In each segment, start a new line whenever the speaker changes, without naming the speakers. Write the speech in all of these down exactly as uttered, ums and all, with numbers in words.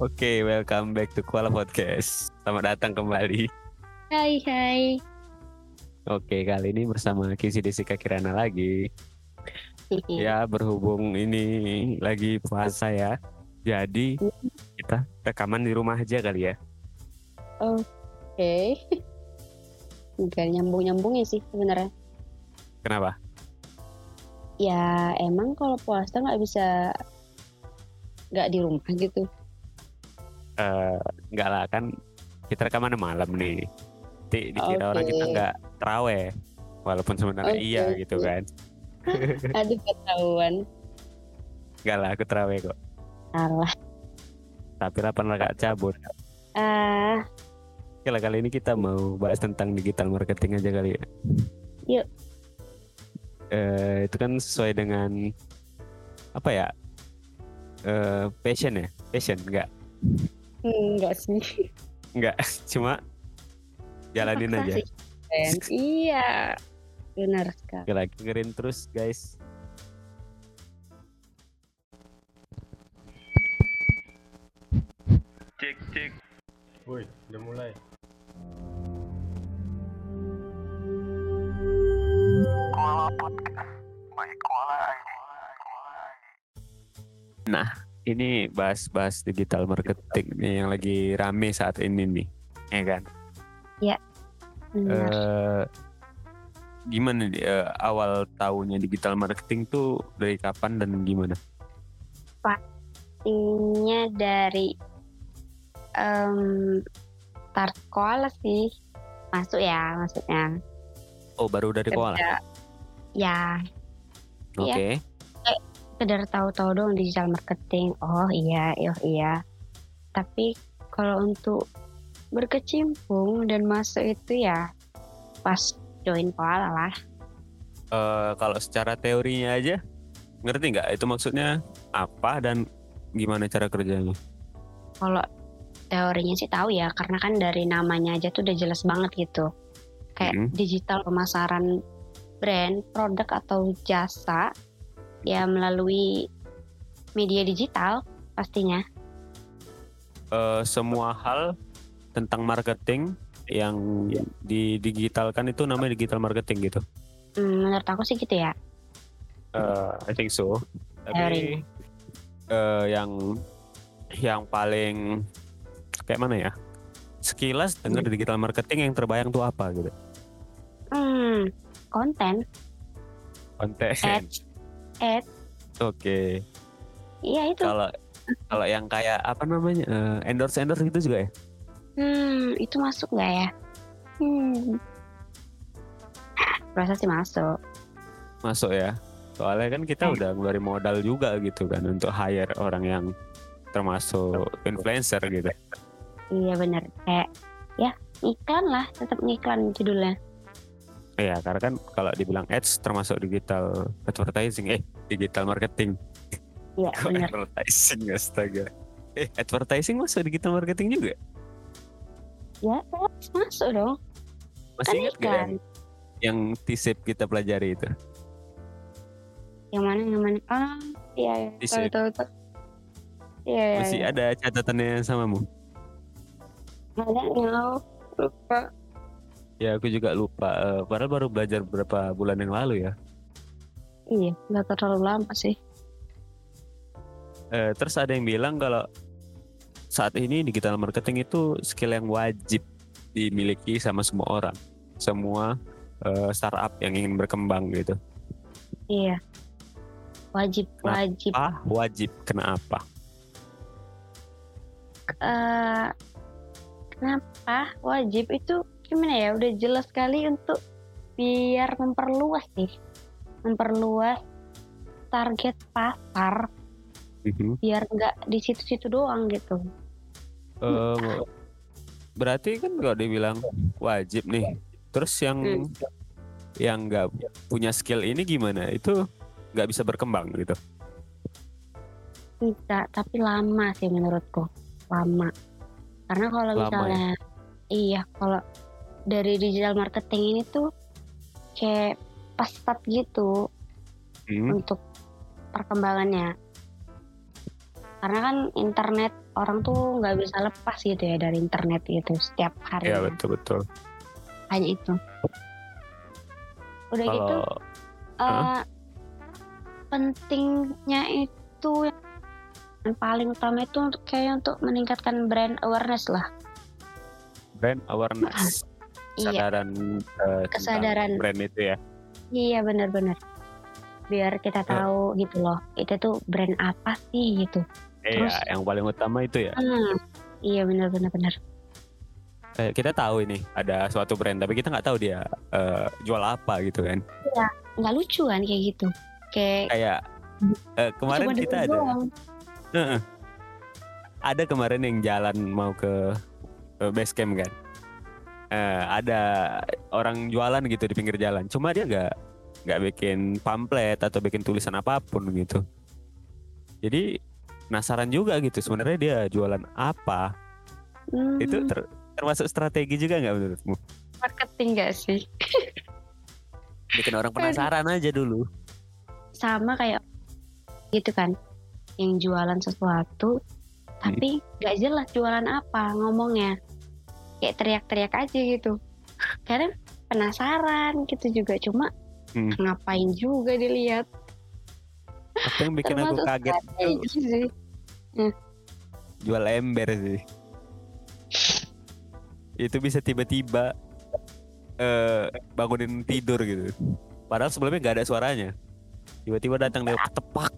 Oke, welcome back to Kuala Podcast. Selamat datang kembali.
Hai, hai.
Oke, kali ini bersama Kisi Desika Kirana lagi. Ya, berhubung ini lagi puasa ya. Jadi kita rekaman di rumah aja kali ya.
Oke. Enggak nyambung-nyambungnya sih sebenarnya.
Kenapa?
Ya emang kalau puasa nggak bisa nggak di rumah gitu.
Uh, enggak lah, kan kita rekaman malam nih. Di, dikira
Oke.
orang kita nggak terawih. Walaupun sebenarnya
Oke,
iya
oke.
gitu kan.
Aduh ketahuan.
Enggak lah, aku terawih kok.
Salah.
Tapi delapan rakaat cabut.
Ah,
Oke lah, kali ini kita mau bahas tentang digital marketing aja kali ya.
yuk.
Uh, itu kan sesuai dengan apa ya? Uh, passion ya? Passion enggak?
Enggak sih.
Enggak, cuma jalanin
Paksa
aja.
sih, Ben. Iya. Benar sekali.
Oke, lagi dengerin terus guys.
Cek cek.
Woi, udah mulai.
Nah, ini bahas-bahas digital marketing nih yang lagi rame saat ini nih, ya kan?
Ya. Benar.
Uh, gimana nih, uh, awal tahunya digital marketing tuh dari kapan dan gimana?
Pastinya dari um, start sekolah sih. Masuk ya maksudnya.
Oh, baru dari sekolah?
Kerja. Ya.
Oke. Okay.
Ya. Sekedar tahu-tahu dong digital marketing. Oh iya, oh iya. Tapi kalau untuk berkecimpung dan masuk itu ya pas join Koala lah.
Uh, kalau secara teorinya aja, ngerti nggak itu maksudnya apa dan gimana cara kerjanya?
Kalau teorinya sih tahu ya, karena kan dari namanya aja tuh udah jelas banget gitu. Kayak hmm. digital pemasaran brand, produk atau jasa ya melalui media digital pastinya.
Uh, semua hal tentang marketing yang didigitalkan itu namanya digital marketing gitu.
Hmm, menurut aku sih gitu ya.
Uh, I think so. Tapi uh, yang yang paling kayak mana ya? Sekilas dengar hmm. digital marketing yang terbayang tuh apa gitu?
Hmm, konten.
Konten.
Ads. Ads.
Oke. Okay.
Iya itu.
Kalau kalau yang kayak apa namanya uh, endorse endorse gitu juga ya?
Hmm, itu masuk nggak ya? Hmm. Rasa sih masuk.
Masuk ya. Soalnya kan kita eh. udah ngeluarin modal juga gitu kan untuk hire orang yang termasuk influencer gitu.
Iya benar. Kayak ya iklan lah, tetap iklan judulnya.
Iya, karena kan kalau dibilang ads termasuk digital advertising, eh digital marketing.
Iya benar.
Advertising, astaga. Eh advertising masuk digital marketing juga?
Ya masuk dong.
Masih
kan
ingat gak yang, yang T-shape kita pelajari itu?
Yang mana yang mana? Ah iya iya. Tahu tahu tahu. Iya iya.
Masih
ya.
ada catatannya samamu?
Ada nggak? Lupa.
Ya aku juga lupa. Uh, padahal baru belajar beberapa bulan yang lalu ya.
Iya, nggak terlalu lama sih.
Uh, terus ada yang bilang kalau saat ini digital marketing itu skill yang wajib dimiliki sama semua orang, semua uh, startup yang ingin berkembang gitu.
Iya. Wajib,
kenapa?
wajib.
Ah, wajib. Kenapa?
Uh, kenapa wajib itu gimana ya? Udah jelas sekali untuk biar memperluas sih, memperluas target pasar, mm-hmm. biar nggak di situ-situ doang gitu.
Uh, berarti kan kalau dibilang wajib nih, terus yang hmm. yang nggak punya skill ini gimana? Itu nggak bisa berkembang gitu?
Bisa, tapi lama sih menurutku, lama. Karena kalau misalnya, ya? Iya, kalau dari digital marketing ini tuh kayak pas-pas gitu hmm. untuk perkembangannya. Karena kan internet orang tuh nggak bisa lepas gitu ya dari internet gitu setiap hari.
Iya betul betul.
Hanya itu. Udah
Kalau
gitu,
Hah?
uh, pentingnya itu yang paling utama itu untuk kayak untuk meningkatkan brand awareness lah.
brand awareness,
Iya,
kesadaran eh, tentang
kesadaran.
brand itu ya.
Iya benar-benar. Biar kita
Eh,
tahu gitu loh, itu tuh brand apa sih gitu. Terus,
Iya, yang paling utama itu ya.
hmm, iya benar-benar benar.
Eh, kita tahu ini ada suatu brand, tapi kita nggak tahu dia eh, jual apa gitu kan.
Iya, nggak lucu kan kayak gitu. Kayak
Kayak eh, kemarin
cuma
kita
dengar
ada,
doang.
Heeh. ada kemarin yang jalan mau ke, ke base camp kan. Eh, ada orang jualan gitu di pinggir jalan. Cuma dia nggak nggak bikin pamflet atau bikin tulisan apapun gitu. Jadi penasaran juga gitu sebenarnya dia jualan apa.
Hmm,
Itu ter- termasuk strategi juga nggak menurutmu?
marketing gak sih?
Bikin orang penasaran aja dulu.
Sama kayak gitu kan, yang jualan sesuatu tapi nggak jelas jualan apa ngomongnya, kayak teriak-teriak aja gitu. Karena penasaran gitu juga, cuma
Hmm.
ngapain juga dilihat.
Apa yang bikin aku
Termasuk
kaget itu
strategi sih.
jual ember sih. Itu bisa tiba-tiba eh, bangunin tidur gitu. Padahal sebelumnya nggak ada suaranya. Tiba-tiba datang dia ketepak.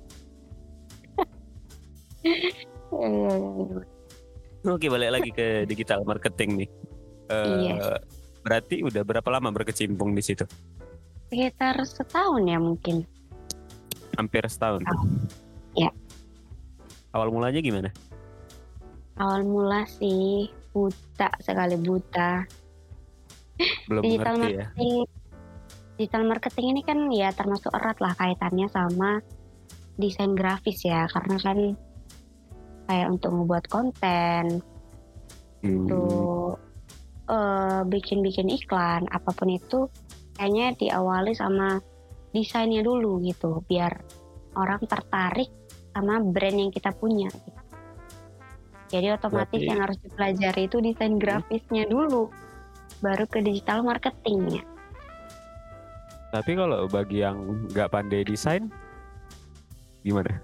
Oke, balik lagi ke digital marketing nih. Eh,
Iya.
Berarti udah berapa lama berkecimpung di situ?
Sekitar setahun ya mungkin.
Hampir setahun.
Ya.
Awal mulanya gimana?
Awal mula sih buta sekali buta.
Belum
Digital
ngerti ya.
marketing, digital marketing ini kan ya termasuk erat lah kaitannya sama desain grafis ya, karena kan kayak untuk membuat konten,
Hmm.
untuk eh, bikin-bikin iklan, apapun itu kayaknya diawali sama desainnya dulu gitu, biar orang tertarik sama brand yang kita punya. Gitu. Jadi otomatis
Berarti-
yang harus dipelajari itu desain grafisnya dulu, baru ke digital marketingnya.
Tapi kalau bagi yang nggak pandai desain, gimana?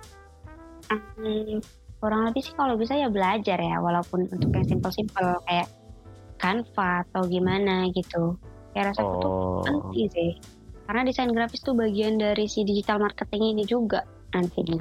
Hmm, kurang lebih sih kalau bisa ya belajar ya, walaupun untuk yang simpel-simpel kayak Canva atau gimana gitu. Kayak rasaku tuh
Oh,
penting sih, karena desain grafis tuh bagian dari si digital marketing ini juga nantinya.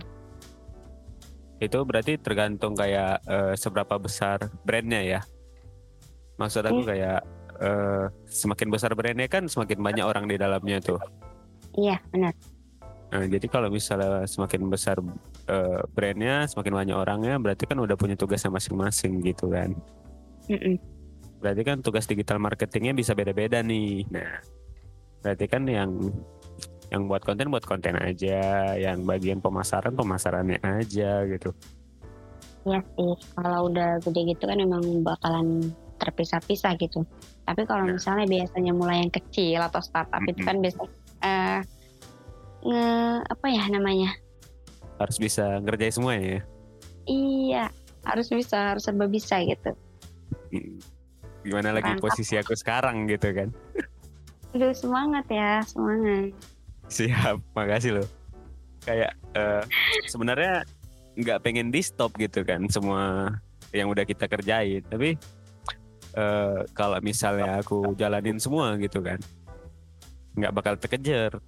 itu berarti tergantung kayak eh, seberapa besar brandnya ya. Maksud aku
Hmm.
kayak eh, semakin besar brandnya kan semakin banyak orang di dalamnya tuh.
Iya benar.
Nah, jadi kalau misalnya semakin besar eh, brandnya, semakin banyak orangnya, berarti kan udah punya tugasnya masing-masing gitu kan.
Mm-mm.
Berarti kan tugas digital marketingnya bisa beda-beda nih. Nah, berarti kan yang yang buat konten buat konten aja, yang bagian pemasaran pemasarannya aja gitu.
Iya sih, kalau udah gede gitu kan memang bakalan terpisah-pisah gitu. Tapi kalau
Nah.
misalnya biasanya mulai yang kecil atau startup itu
Mm-mm.
kan biasa eh, nge apa ya namanya?
Harus bisa ngerjain semuanya ya.
Iya, harus bisa, harus serba bisa gitu.
Mm. Gimana lagi
Perangkat.
posisi aku sekarang gitu kan.
Aduh semangat ya, semangat.
Siap, makasih loh. Kayak eh, sebenarnya nggak pengen di stop gitu kan semua yang udah kita kerjain, tapi eh, kalau misalnya aku jalanin semua gitu kan, nggak bakal terkejar.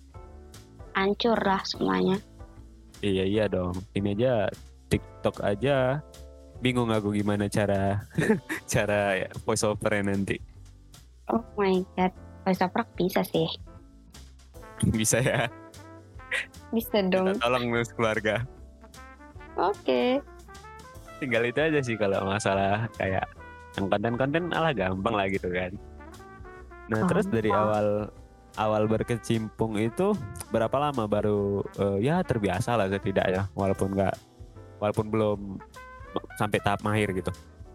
Hancur lah semuanya.
Iya iya dong. Ini aja TikTok aja bingung aku gimana cara cara voice overnya nanti.
Oh my god, voice over bisa sih.
Bisa ya.
Bisa
Kita
dong.
tolong terus keluarga.
Oke.
Tinggal itu aja sih kalau masalah kayak yang konten-konten alah gampang lah gitu kan. Nah terus dari
Gampang.
awal awal berkecimpung itu berapa lama baru eh, ya terbiasa lah setidaknya walaupun nggak walaupun belum sampai tahap mahir gitu.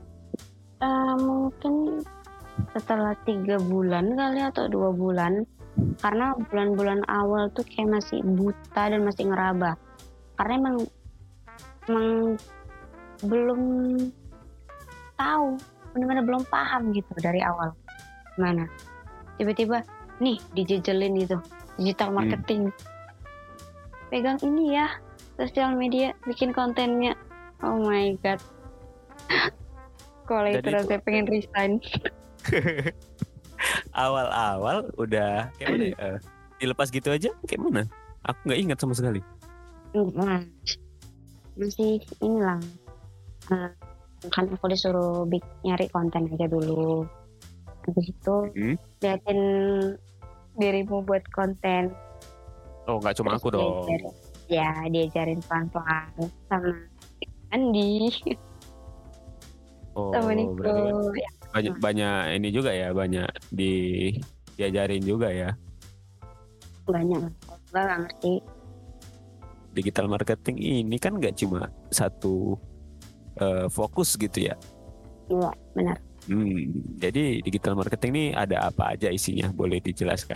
Eh, mungkin setelah tiga bulan kali atau dua bulan, karena bulan-bulan awal tuh kayak masih buta dan masih ngeraba, karena emang emang belum tahu, benar-benar belum paham gitu dari awal gimana. Tiba-tiba nih dijejelin gitu, digital marketing. Hmm. Pegang ini ya, sosial media, bikin kontennya. Oh my god. Kalau itu rasanya pengen resign.
Awal-awal udah kayak mana ya? Uh, dilepas gitu aja kayak mana? Aku nggak ingat sama sekali.
Masih inilah. Uh, kan aku disuruh nyari konten aja dulu. Habis itu hmm? liatin dirimu buat konten.
Oh, nggak cuma terus aku dong.
Diajarin, ya, diajarin pelan-pelan sama Andi.
Oh,
sama Niko.
Ya. Banyak banyak ini juga ya, banyak di diajarin juga ya.
Banyak, nggak ngerti.
Digital marketing ini kan nggak cuma satu uh, fokus gitu ya.
Iya, benar.
Hmm, jadi digital marketing ini ada apa aja isinya? Boleh dijelaskan?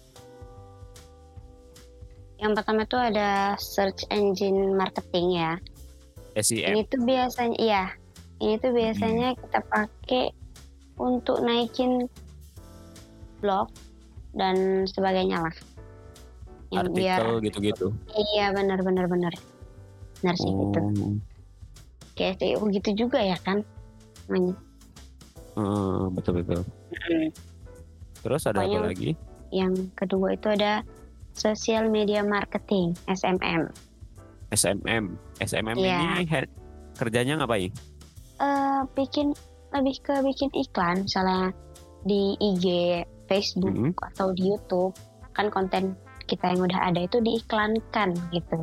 Yang pertama itu ada search engine marketing ya.
S E M.
Ini tuh biasanya, iya. Ini tuh biasanya hmm. kita pakai untuk naikin blog dan sebagainya lah.
Yang artikel biar, gitu-gitu.
Iya, benar-benar benar. Benar sih oh. gitu. Kayak S E O gitu juga ya kan? Namanya.
Hmm, betul-betul. Hmm. Terus ada Pokoknya apa lagi?
Yang kedua itu ada social media marketing, S M M.
S M M. S M M yeah. Ini he- kerjanya ngapain?
Uh, bikin lebih ke bikin iklan, misalnya di I G, Facebook mm-hmm. atau di YouTube. Kan konten kita yang udah ada itu diiklankan gitu.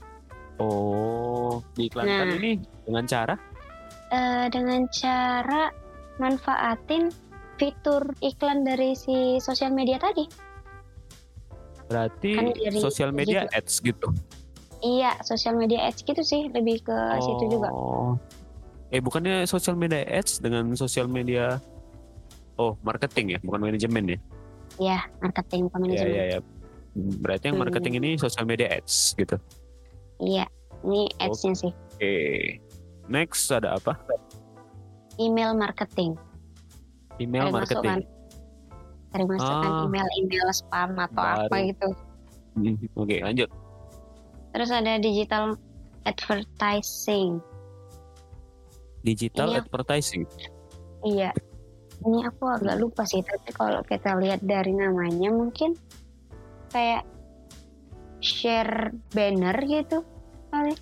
Oh, diiklankan nah, ini dengan cara?
Uh, dengan cara manfaatin fitur iklan dari si sosial media tadi.
Berarti kan sosial media gitu. Ads gitu?
Iya, sosial media ads gitu sih, lebih ke oh. situ juga.
Eh bukannya sosial media ads dengan sosial media, oh marketing ya, bukan manajemen ya?
Iya, marketing, bukan manajemen.
Iya, iya, iya. Berarti yang marketing hmm. ini sosial media ads gitu?
Iya, ini ads-nya sih.
Oke, okay. Next ada apa?
Email marketing.
Email Cari marketing.
Masukan. Cari masukan ah, email-email spam atau baru. Apa gitu.
Hmm, Oke, okay, lanjut.
Terus ada digital advertising.
Digital
ini
advertising?
Aku, iya. Ini aku agak lupa sih, tapi kalau kita lihat dari namanya mungkin kayak share banner gitu kali.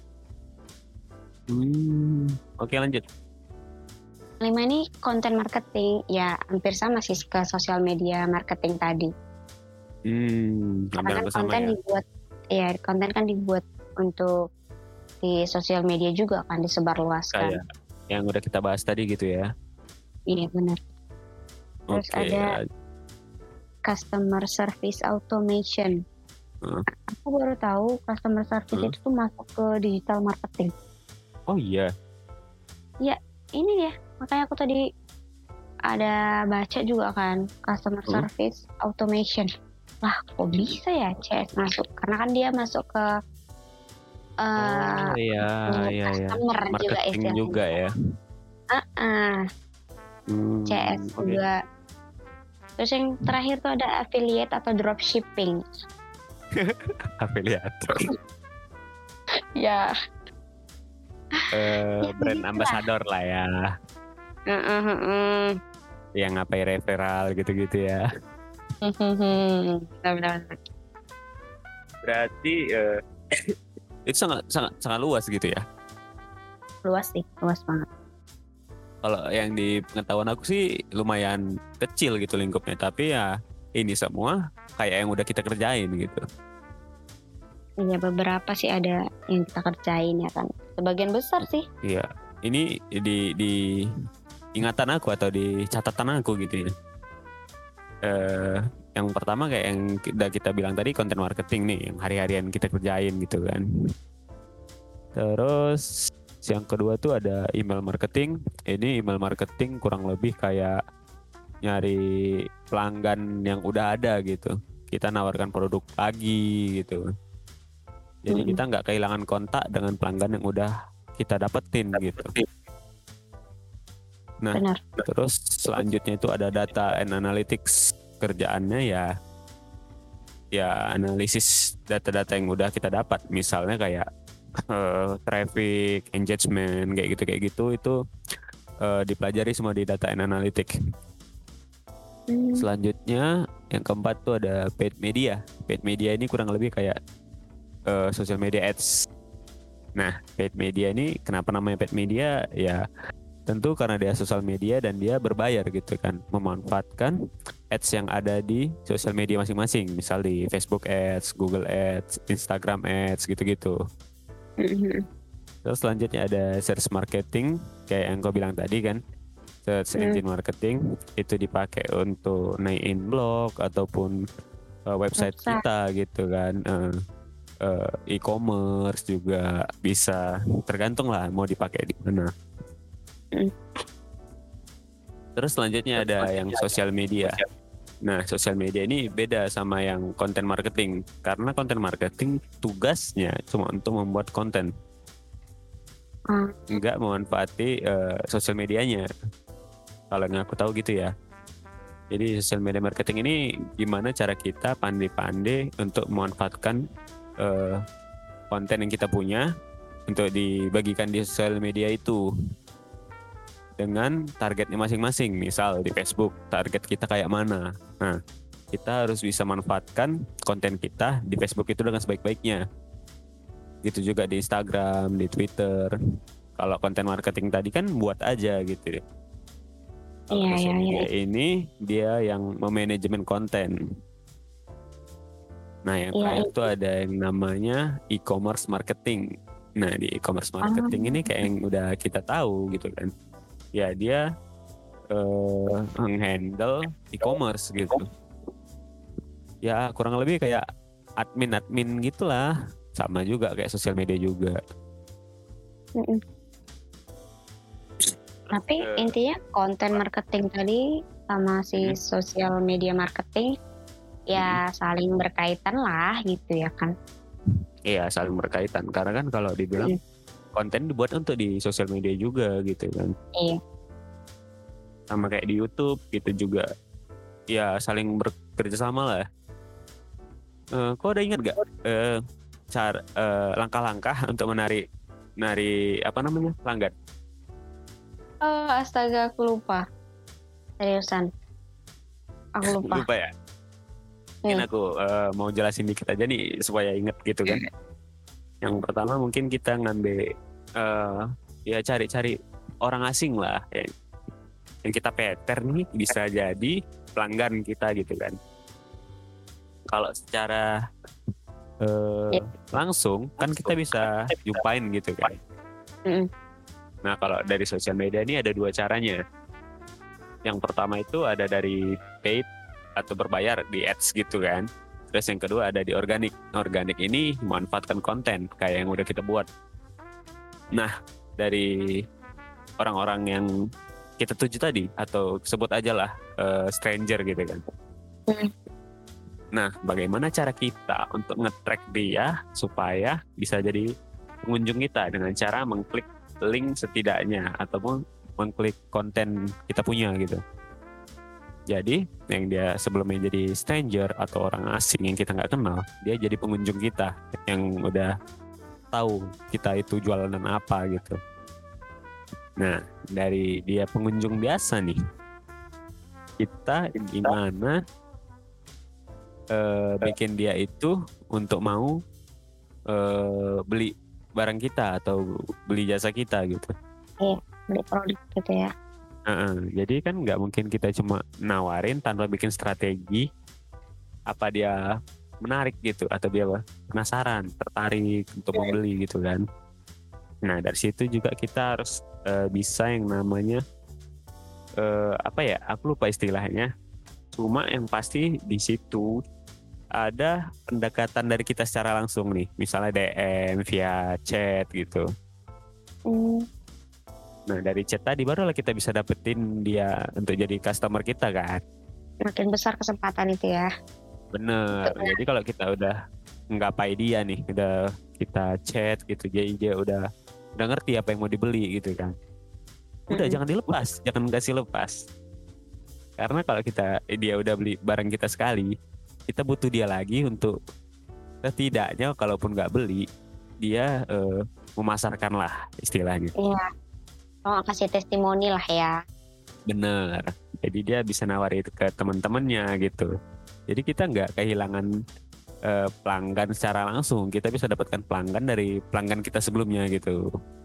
Hmm, Oke, okay, lanjut.
Lima ini konten marketing, ya hampir sama sih ke sosial media marketing tadi.
Hmm,
Karena kan konten ya? dibuat, ya konten kan dibuat untuk di sosial media juga kan disebarluaskan.
Kayak yang udah kita bahas tadi gitu ya?
Iya benar. Terus okay. ada customer service automation. Hmm. Aku baru tahu customer service hmm. itu tuh masuk ke digital marketing.
Oh iya?
Ya ini dia. Makanya aku tadi ada baca juga kan customer hmm? service automation. Lah kok bisa ya C S masuk? Karena kan dia masuk ke uh,
oh, iya, iya,
customer
iya. Marketing
juga,
juga ya.
Uh-uh. Hmm, C S okay. juga. Terus yang terakhir tuh ada affiliate atau dropshipping.
Afiliator.
ya.
Uh, ya brand ambassador lah ya.
Uh, uh, uh.
Yang ngapain referral gitu-gitu ya.
Benar-benar.
Berarti uh, itu sangat sangat sangat luas gitu ya.
Luas sih, luas banget.
Kalau yang di pengetahuan aku sih lumayan kecil gitu lingkupnya, tapi ya ini semua kayak yang udah kita kerjain gitu.
Iya, beberapa sih ada yang kita kerjain ya kan. Sebagian besar sih.
Iya, ini di di ingatan aku atau di catatan aku gitu ya. Eh, yang pertama kayak yang udah kita bilang tadi konten marketing nih, yang hari-harian kita kerjain gitu kan. Terus yang kedua tuh ada email marketing. Ini email marketing kurang lebih kayak nyari pelanggan yang udah ada gitu. Kita nawarkan produk lagi gitu. Jadi hmm. kita nggak kehilangan kontak dengan pelanggan yang udah kita dapetin gitu. Nah,
Benar.
terus selanjutnya itu ada data and analytics. Kerjaannya ya ya analisis data-data yang udah kita dapat, misalnya kayak uh, traffic, engagement, kayak gitu kayak gitu itu uh, dipelajari semua di data and analytics.
Hmm.
Selanjutnya yang keempat tuh ada paid media. Paid media ini kurang lebih kayak uh, social media ads. Nah, paid media ini kenapa namanya paid media? Ya tentu karena dia sosial media dan dia berbayar gitu kan, memanfaatkan ads yang ada di sosial media masing-masing, misal di Facebook Ads, Google Ads, Instagram Ads gitu-gitu.
Mhm.
Terus selanjutnya ada search marketing, kayak yang kau bilang tadi kan, search
Hmm.
engine marketing itu dipakai untuk naikin blog ataupun uh, website
Website.
kita gitu kan. Uh, uh, e-commerce juga bisa, tergantung lah mau dipakai di mana.
Mm.
Terus selanjutnya ada yang sosial media. Nah, sosial media ini beda sama yang konten marketing, karena konten marketing tugasnya cuma untuk membuat konten,
Ah.
nggak memanfaati uh, sosial medianya. Kalau yang aku tahu gitu ya. Jadi sosial media marketing ini gimana cara kita pandai-pandai untuk memanfaatkan uh, konten yang kita punya untuk dibagikan di sosial media itu dengan targetnya masing-masing. Misal di Facebook target kita kayak mana. Nah, kita harus bisa manfaatkan konten kita di Facebook itu dengan sebaik-baiknya. Gitu juga di Instagram, di Twitter. Kalau konten marketing tadi kan buat aja gitu. Kalau
Iya,
sosial
iya,
media
iya.
ini dia yang memanajemen konten. Nah, yang
Iya,
terakhir
iya.
tuh ada yang namanya e-commerce marketing. Nah, di e-commerce marketing
Ah.
ini kayak yang udah kita tahu gitu kan. Ya dia uh, menghandle e-commerce gitu. Ya kurang lebih kayak admin-admin gitulah, sama juga kayak sosial media juga.
Mm-mm. Tapi
Eh,
intinya konten marketing tadi sama si
Mhm.
sosial media marketing ya saling berkaitan lah gitu ya kan.
Iya, saling berkaitan karena kan kalau dibilang
Mm.
konten dibuat untuk di sosial media juga gitu kan.
Iya.
Sama kayak di YouTube gitu juga. Ya saling bekerja sama lah. Eh, kau udah ingat gak eh, cara eh, langkah-langkah untuk menarik menarik apa namanya pelanggan?
Oh, astaga, aku lupa. Seriusan. Aku lupa.
Lupa ya. Mungkin
Hmm.
aku eh, mau jelasin dikit aja nih supaya inget gitu kan. Yang pertama mungkin kita ngambil eh, ya cari-cari orang asing lah ya. Yang kita peter nih bisa jadi pelanggan kita gitu kan. Kalau secara eh, langsung kan kita bisa jumpain gitu kan.
Mm-mm.
Nah, kalau dari sosial media ini ada dua caranya. Yang pertama itu ada dari paid atau berbayar di ads gitu kan. Terus yang kedua ada di organik. Organik ini memanfaatkan konten kayak yang udah kita buat. Nah, dari orang-orang yang kita tuju tadi atau sebut aja lah uh, stranger gitu kan.
Hmm.
Nah, bagaimana cara kita untuk nge-track dia supaya bisa jadi pengunjung kita dengan cara mengklik link setidaknya ataupun mengklik konten kita punya gitu. Jadi yang dia sebelumnya jadi stranger atau orang asing yang kita nggak kenal, dia jadi pengunjung kita yang udah tahu kita itu jualan apa gitu. Nah, dari dia pengunjung biasa nih, kita gimana uh, bikin dia itu untuk mau uh, beli barang kita atau beli jasa kita gitu.
Iya, beli produk gitu ya.
Uh-uh. Jadi kan nggak mungkin kita cuma nawarin tanpa bikin strategi apa dia menarik gitu atau dia penasaran, tertarik untuk membeli gitu kan. Nah dari situ juga kita harus uh, bisa yang namanya uh, apa ya? Aku lupa istilahnya. Cuma yang pasti di situ ada pendekatan dari kita secara langsung nih, misalnya D M via chat gitu.
Hmm.
Nah dari chat tadi barulah kita bisa dapetin dia untuk jadi customer kita kan.
Makin besar kesempatan itu ya.
Bener.
Betul.
Jadi kalau kita udah nggapai dia nih, udah kita chat gitu, jadi dia udah udah ngerti apa yang mau dibeli gitu kan. Udah
Mm-mm.
jangan dilepas, jangan kasih lepas. Karena kalau kita eh, dia udah beli barang kita sekali, kita butuh dia lagi untuk setidaknya kalaupun nggak beli, dia eh, memasarkan lah istilahnya.
Iya, kalau nggak kasih testimoni lah ya.
Bener. Jadi dia bisa nawari itu ke teman-temannya gitu. Jadi kita nggak kehilangan eh, pelanggan secara langsung. Kita bisa dapatkan pelanggan dari pelanggan kita sebelumnya gitu.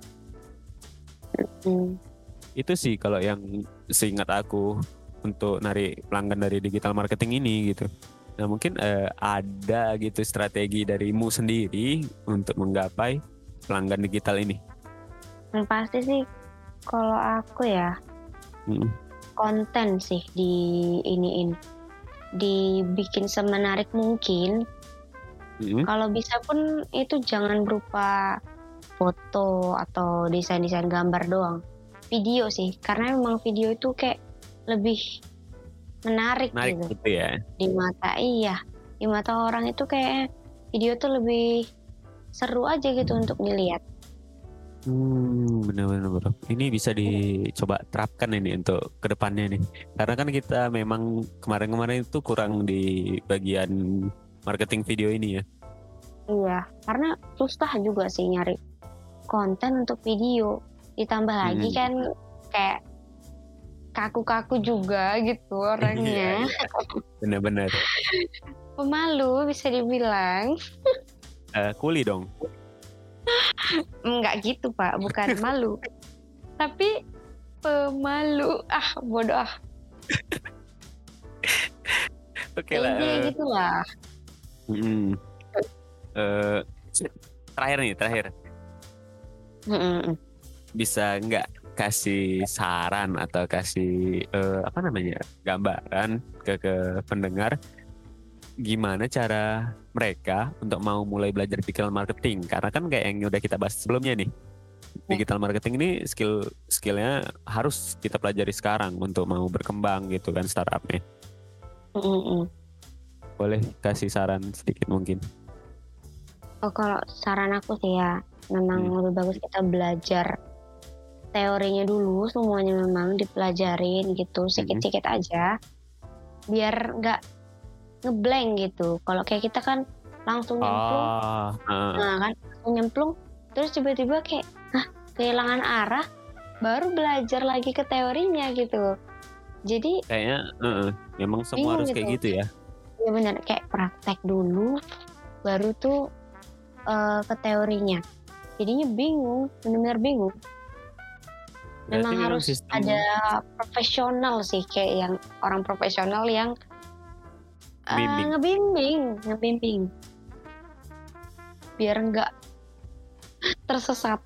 Hmm.
Itu sih kalau yang seingat aku untuk narik pelanggan dari digital marketing ini gitu. Nah mungkin eh, ada gitu strategi darimu sendiri untuk menggapai pelanggan digital ini.
Yang pasti sih kalau aku ya
Mm-mm.
konten sih di iniin, dibikin semenarik mungkin.
Mm-mm.
Kalau bisa pun itu jangan berupa foto atau desain-desain gambar doang, video sih, karena memang video itu kayak lebih menarik
Menarik
gitu
gitu ya.
di mata. Iya, di mata orang itu kayak video tuh lebih seru aja gitu untuk dilihat.
Hmm, benar-benar bro. Ini bisa dicoba terapkan ini untuk kedepannya nih. Karena kan kita memang kemarin-kemarin itu kurang di bagian marketing video ini ya.
Iya, karena susah juga sih nyari konten untuk video. Ditambah lagi
Hmm.
kan kayak kaku-kaku juga gitu orangnya.
Iya, iya. Benar-benar.
Pemalu bisa dibilang.
Eh, kuli dong.
Enggak gitu Pak, bukan malu. Tapi pemalu. Ah, bodoh ah.
Oke lah.
Intinya
eh,
gitu lah.
mm, eh, terakhir nih, terakhir.
Mm-mm.
Bisa nggak kasih saran atau kasih eh, apa namanya gambaran ke ke pendengar gimana cara mereka untuk mau mulai belajar digital marketing, karena kan kayak yang udah kita bahas sebelumnya nih, digital marketing ini skill skillnya harus kita pelajari sekarang untuk mau berkembang gitu kan startupnya.
Mm-mm.
Boleh kasih saran sedikit mungkin?
Oh, kalau saran aku sih ya, memang
Hmm.
lebih bagus kita belajar teorinya dulu, semuanya memang dipelajarin gitu, sedikit-sedikit aja, biar nggak ngeblank gitu. Kalau kayak kita kan langsung nyemplung,
Ah, ah,
nah kan langsung nyemplung, terus tiba-tiba kayak, hah, kehilangan arah, baru belajar lagi ke teorinya gitu. Jadi
kayaknya eh, eh, memang semua
bingung
harus
gitu.
kayak gitu ya.
Ya benar, kayak praktek dulu, baru tuh eh, ke teorinya. Jadinya bingung, benar-benar bingung.
Berarti
Memang
memang
harus
sistem
ada profesional sih, kayak yang orang profesional yang eh,
bimbing.
ngebimbing, ngebimbing, biar nggak tersesat.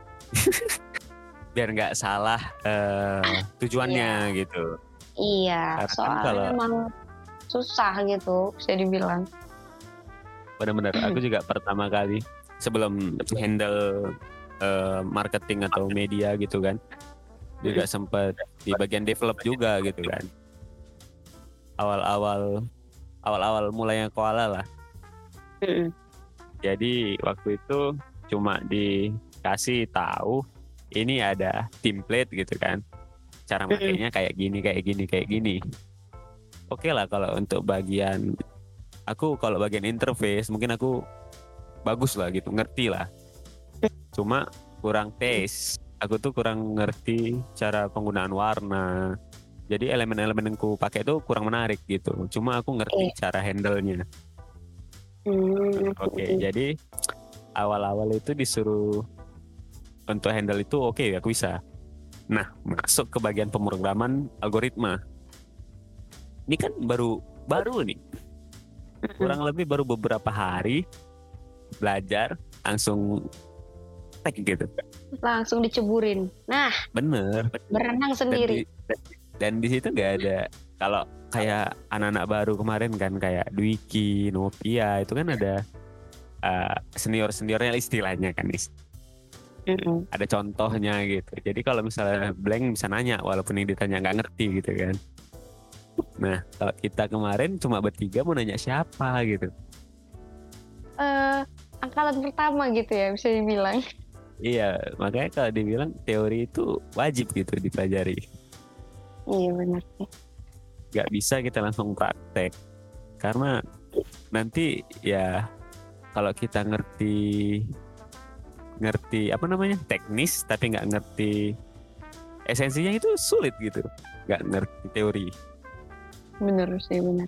Biar nggak salah eh, tujuannya gitu.
Iya,
Karena kan
soalnya
kalau-
memang susah gitu, bisa dibilang.
Benar-benar aku juga pertama kali sebelum handle eh, marketing atau media gitu kan, juga sempat di bagian develop juga gitu kan. Awal-awal awal-awal mulainya koala lah.
Mm-mm.
Jadi waktu itu cuma dikasih tahu ini ada template gitu kan. Cara makainya kayak gini, kayak gini, kayak gini. Oke lah kalau untuk bagian aku, kalau bagian interface mungkin aku bagus lah gitu, ngerti lah. Cuma kurang taste. Aku tuh kurang ngerti cara penggunaan warna. Jadi elemen-elemen yang ku pakai itu kurang menarik gitu. Cuma aku ngerti cara handle-nya.
Mm.
Oke, jadi awal-awal itu disuruh untuk handle itu, oke aku bisa. Nah, masuk ke bagian pemrograman algoritma. Ini kan baru baru nih. Kurang lebih baru beberapa hari belajar langsung tek gitu.
Langsung diceburin. Nah,
Bener.
berenang
Dan
sendiri.
di, dan di situ nggak ada, kalau kayak anak-anak baru kemarin kan kayak Dwiki, Novia itu kan ada uh, senior-seniornya istilahnya kan, Is.
Mm-mm.
Ada contohnya gitu. Jadi kalau misalnya blank bisa nanya walaupun yang ditanya nggak ngerti gitu kan. Nah kalau kita kemarin cuma bertiga mau nanya siapa gitu.
Eh, angkatan pertama gitu ya, bisa dibilang.
Iya, makanya kalau dibilang teori itu wajib gitu dipelajari.
Iya benar sih.
Gak bisa kita langsung praktek. Karena nanti ya kalau kita ngerti ngerti apa namanya teknis tapi nggak ngerti esensinya itu sulit gitu. Nggak ngerti teori.
Benar sih benar.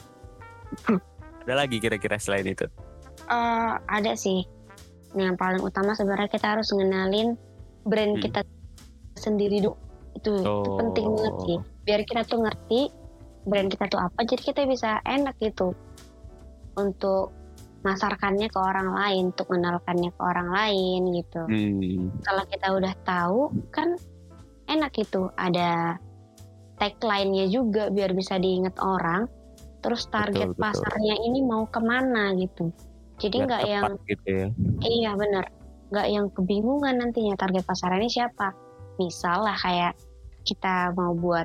Ada lagi kira-kira selain itu?
Uh, ada sih. Yang paling utama sebenarnya kita harus ngenalin brand
Hmm.
kita sendiri dulu. Itu, itu
Oh.
penting banget sih. Biar kita tuh ngerti brand kita tuh apa, jadi kita bisa enak gitu untuk masarkannya ke orang lain, untuk mengenalkannya ke orang lain gitu.
Hmm.
Kalau kita udah tahu kan enak gitu, ada tagline-nya juga biar bisa diingat orang. Terus target
Betul, betul.
pasarnya ini mau kemana gitu. Jadi
Biar
nggak yang
tepat gitu ya.
iya benar, nggak yang kebingungan nantinya target pasarnya ini siapa. Misal lah kayak kita mau buat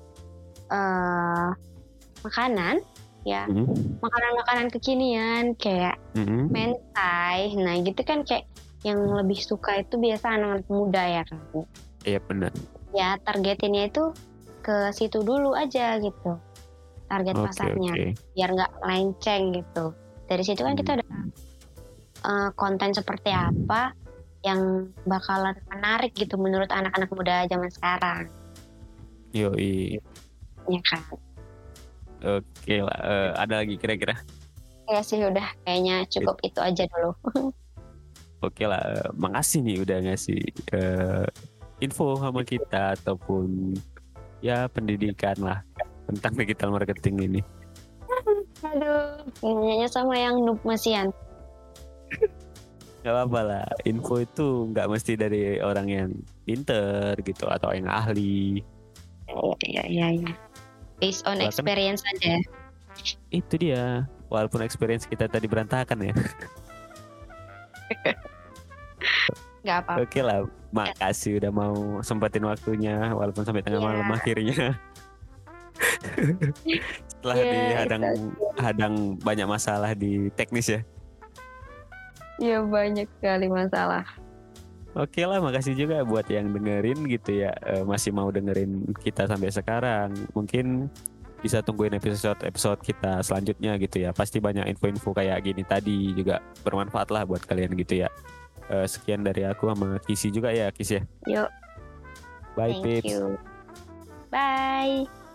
uh, makanan ya,
Hmm.
makanan-makanan kekinian kayak
Hmm.
mentai. Nah gitu kan kayak yang lebih suka itu biasa anak-anak muda ya kan.
Iya benar.
Ya targetinnya itu ke situ dulu aja gitu, target
Oke,
pasarnya,
oke.
biar nggak melenceng gitu. Dari situ kan kita udah uh, konten seperti apa yang bakalan menarik gitu menurut anak-anak muda zaman sekarang.
Yoi.
Ya kan.
Oke lah. Eh, ada lagi kira-kira?
Ya sih udah kayaknya cukup itu aja dulu.
Oke lah. eh, Makasih nih udah ngasih eh, info sama kita ataupun ya pendidikan lah tentang digital marketing ini.
Aduh, nanya sama yang noob masian.
Gak apa-apa lah. Info itu nggak mesti dari orang yang pinter gitu atau yang ahli.
Iya iya iya. Based on
Bahkan-
experience aja.
Itu dia. Walaupun experience kita tadi berantakan ya.
Nggak apa-apa.
Oke lah. Makasih udah mau sempetin waktunya walaupun sampai tengah
Iya.
malam akhirnya. Setelah
Iya,
dihadang hadang banyak masalah di teknis ya.
Iya banyak sekali masalah.
Oke lah, makasih juga buat yang dengerin gitu ya. Eh, masih mau dengerin kita sampai sekarang. Mungkin bisa tungguin episode-episode kita selanjutnya gitu ya. Pasti banyak info-info kayak gini tadi juga bermanfaat lah buat kalian gitu ya. Eh, sekian dari aku sama Kisi juga ya, Kis ya.
Yuk,
Bye,
thank
Pips.
you. Bye.